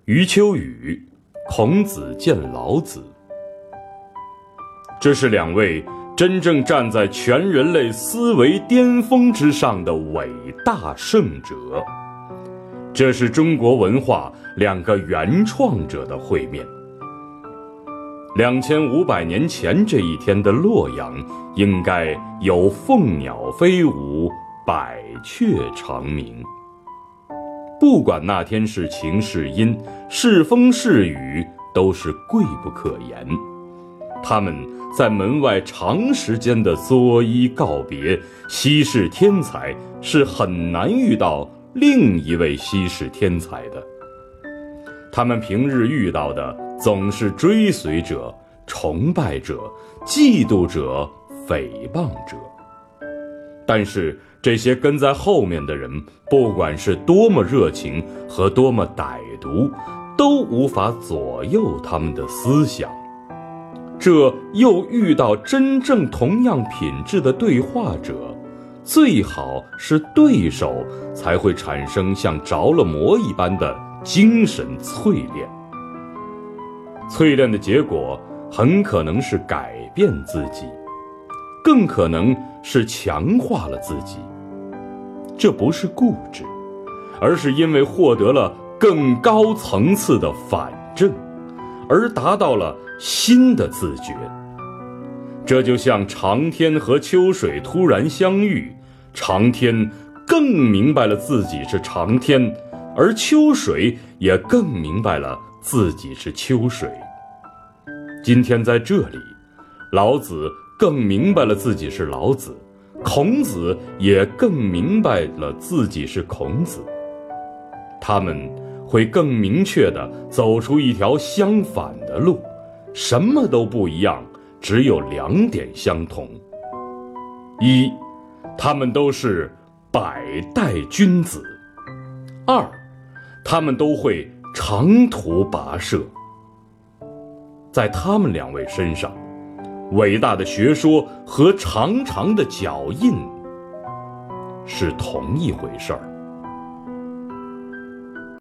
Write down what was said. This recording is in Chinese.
余秋雨，孔子见老子。这是两位真正站在全人类思维巅峰之上的伟大圣者，这是中国文化两个原创者的会面。2500年前这一天的洛阳，应该有凤鸟飞舞，百雀长鸣。不管那天是晴是阴，是风是雨，都是贵不可言。他们在门外长时间的作揖告别，稀世天才是很难遇到另一位稀世天才的。他们平日遇到的总是追随者、崇拜者、嫉妒者、诽谤者。但是这些跟在后面的人，不管是多么热情和多么歹毒，都无法左右他们的思想。这又遇到真正同样品质的对话者，最好是对手，才会产生像着了魔一般的精神淬炼。淬炼的结果很可能是改变自己，更可能是强化了自己。这不是固执，而是因为获得了更高层次的反证，而达到了新的自觉。这就像长天和秋水突然相遇，长天更明白了自己是长天，而秋水也更明白了自己是秋水。今天在这里，老子更明白了自己是老子，孔子也更明白了自己是孔子。他们会更明确地走出一条相反的路，什么都不一样，只有2点相同：一，他们都是百代君子；二，他们都会长途跋涉。在他们2位身上，伟大的学说和长长的脚印是同一回事儿。